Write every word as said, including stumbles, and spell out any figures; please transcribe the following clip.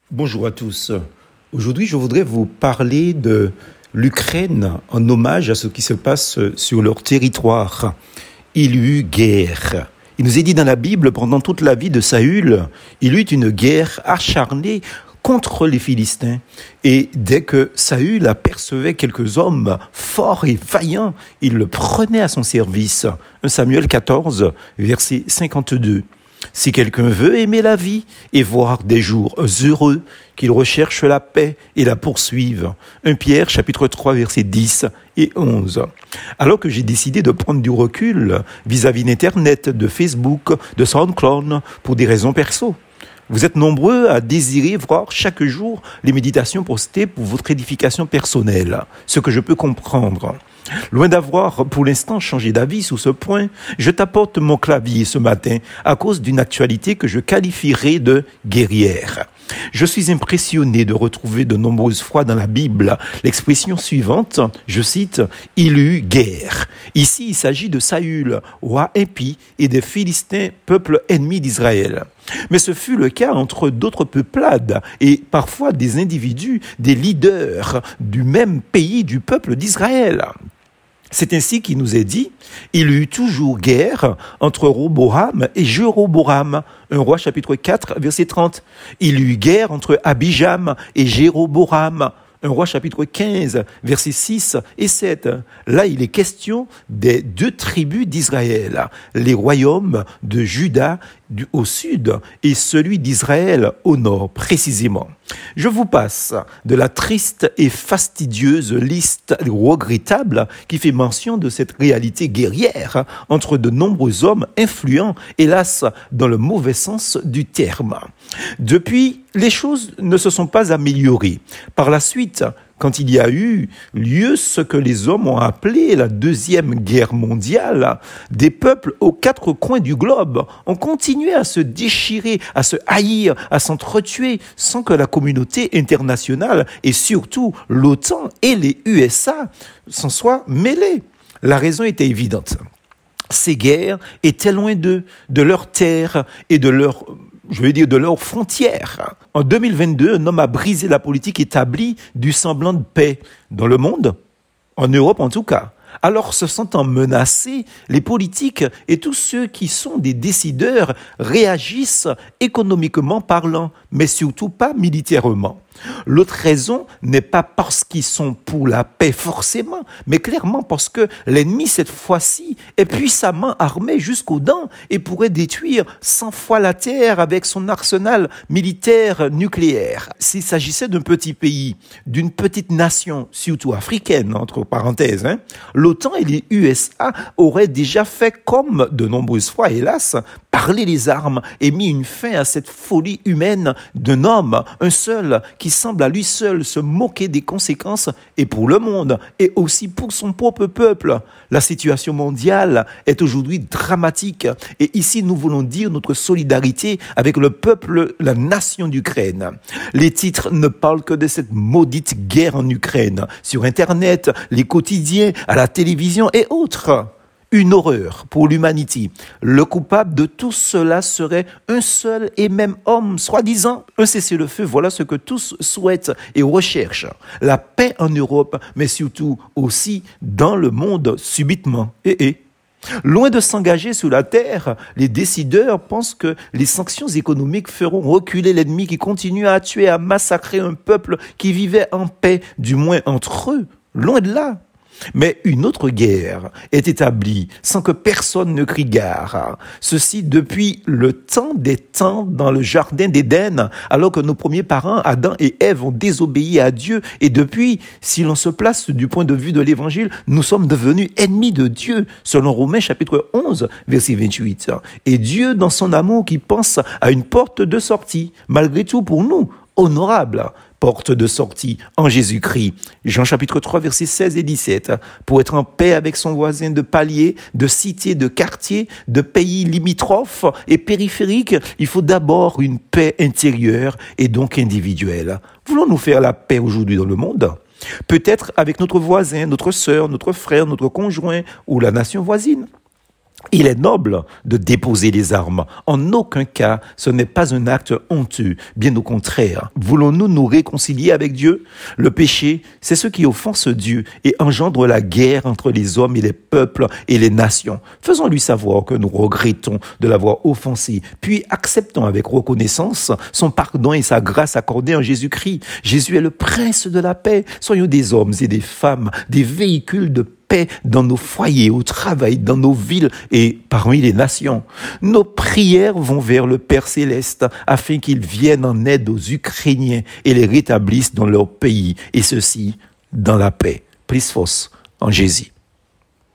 Bonjour à tous. Aujourd'hui, je voudrais vous parler de l'Ukraine en hommage à ce qui se passe sur leur territoire. Il y eut guerre. Il nous est dit dans la Bible, pendant toute la vie de Saül, il eut une guerre acharnée contre les Philistins. Et dès que Saül apercevait quelques hommes forts et vaillants, il le prenait à son service. premier Samuel quatorze, verset cinquante-deux. Si quelqu'un veut aimer la vie et voir des jours heureux, qu'il recherche la paix et la poursuive. premier Pierre, chapitre trois, versets dix et onze. Alors que j'ai décidé de prendre du recul vis-à-vis d'Internet, de Facebook, de SoundCloud, pour des raisons perso. Vous êtes nombreux à désirer voir chaque jour les méditations postées pour votre édification personnelle, ce que je peux comprendre. Loin d'avoir pour l'instant changé d'avis sur ce point, je t'apporte mon clavier ce matin à cause d'une actualité que je qualifierais de guerrière. Je suis impressionné de retrouver de nombreuses fois dans la Bible l'expression suivante, je cite, « Il y eut guerre ». Ici, il s'agit de Saül, roi impie, et des Philistins, peuple ennemi d'Israël. Mais ce fut le cas entre d'autres peuplades et parfois des individus, des leaders du même pays du peuple d'Israël. C'est ainsi qu'il nous est dit, il y eut toujours guerre entre Roboam et Jéroboam. un roi chapitre quatre, verset trente. Il y eut guerre entre Abijam et Jéroboam. un roi chapitre quinze, versets six et sept. Là, il est question des deux tribus d'Israël, les royaumes de Juda au sud et celui d'Israël au nord, précisément. Je vous passe de la triste et fastidieuse liste regrettable qui fait mention de cette réalité guerrière entre de nombreux hommes influents, hélas, dans le mauvais sens du terme. Depuis, les choses ne se sont pas améliorées. Par la suite, quand il y a eu lieu ce que les hommes ont appelé la Deuxième Guerre mondiale, des peuples aux quatre coins du globe ont continué à se déchirer, à se haïr, à s'entretuer sans que la communauté internationale et surtout l'OTAN et les U S A s'en soient mêlés. La raison était évidente. Ces guerres étaient loin d'eux, de leurs terres et de leurs je veux dire de leurs frontières. En deux mille vingt-deux, un homme a brisé la politique établie du semblant de paix dans le monde, en Europe en tout cas. Alors, se sentant menacés, les politiques et tous ceux qui sont des décideurs réagissent économiquement parlant, mais surtout pas militairement. L'autre raison n'est pas parce qu'ils sont pour la paix forcément, mais clairement parce que l'ennemi, cette fois-ci, est puissamment armé jusqu'aux dents et pourrait détruire cent fois la Terre avec son arsenal militaire nucléaire. S'il s'agissait d'un petit pays, d'une petite nation, surtout africaine, entre parenthèses, hein, l'OTAN et les U S A auraient déjà fait comme de nombreuses fois, hélas, parler les armes et mis une fin à cette folie humaine d'un homme, un seul, qui semble à lui seul se moquer des conséquences et pour le monde et aussi pour son propre peuple. La situation mondiale est aujourd'hui dramatique et ici nous voulons dire notre solidarité avec le peuple, la nation d'Ukraine. Les titres ne parlent que de cette maudite guerre en Ukraine, sur Internet, les quotidiens, à la télévision et autres. Une horreur pour l'humanité. Le coupable de tout cela serait un seul et même homme, soi-disant un cessez-le-feu. Voilà ce que tous souhaitent et recherchent. La paix en Europe, mais surtout aussi dans le monde subitement. Et, et. Loin de s'engager sur la terre, les décideurs pensent que les sanctions économiques feront reculer l'ennemi qui continue à tuer, à massacrer un peuple qui vivait en paix, du moins entre eux. Loin de là. Mais une autre guerre est établie sans que personne ne crie gare. Ceci depuis le temps des temps dans le jardin d'Éden, alors que nos premiers parents, Adam et Ève, ont désobéi à Dieu. Et depuis, si l'on se place du point de vue de l'Évangile, nous sommes devenus ennemis de Dieu, selon Romains chapitre onze, verset vingt-huit. Et Dieu, dans son amour, qui pense à une porte de sortie, malgré tout pour nous, honorable, porte de sortie en Jésus-Christ. Jean chapitre trois, versets seize et dix-sept. Pour être en paix avec son voisin de palier, de cité, de quartier, de pays limitrophes et périphériques, il faut d'abord une paix intérieure et donc individuelle. Voulons-nous faire la paix aujourd'hui dans le monde ? Peut-être avec notre voisin, notre sœur, notre frère, notre conjoint ou la nation voisine. Il est noble de déposer les armes. En aucun cas, ce n'est pas un acte honteux. Bien au contraire. Voulons-nous nous réconcilier avec Dieu? Le péché, c'est ce qui offense Dieu et engendre la guerre entre les hommes et les peuples et les nations. Faisons-lui savoir que nous regrettons de l'avoir offensé, puis acceptons avec reconnaissance son pardon et sa grâce accordée en Jésus-Christ. Jésus est le prince de la paix. Soyons des hommes et des femmes, des véhicules de paix. paix dans nos foyers, au travail, dans nos villes et parmi les nations. Nos prières vont vers le Père Céleste afin qu'il vienne en aide aux Ukrainiens et les rétablisse dans leur pays, et ceci dans la paix. Plus force en Jésus.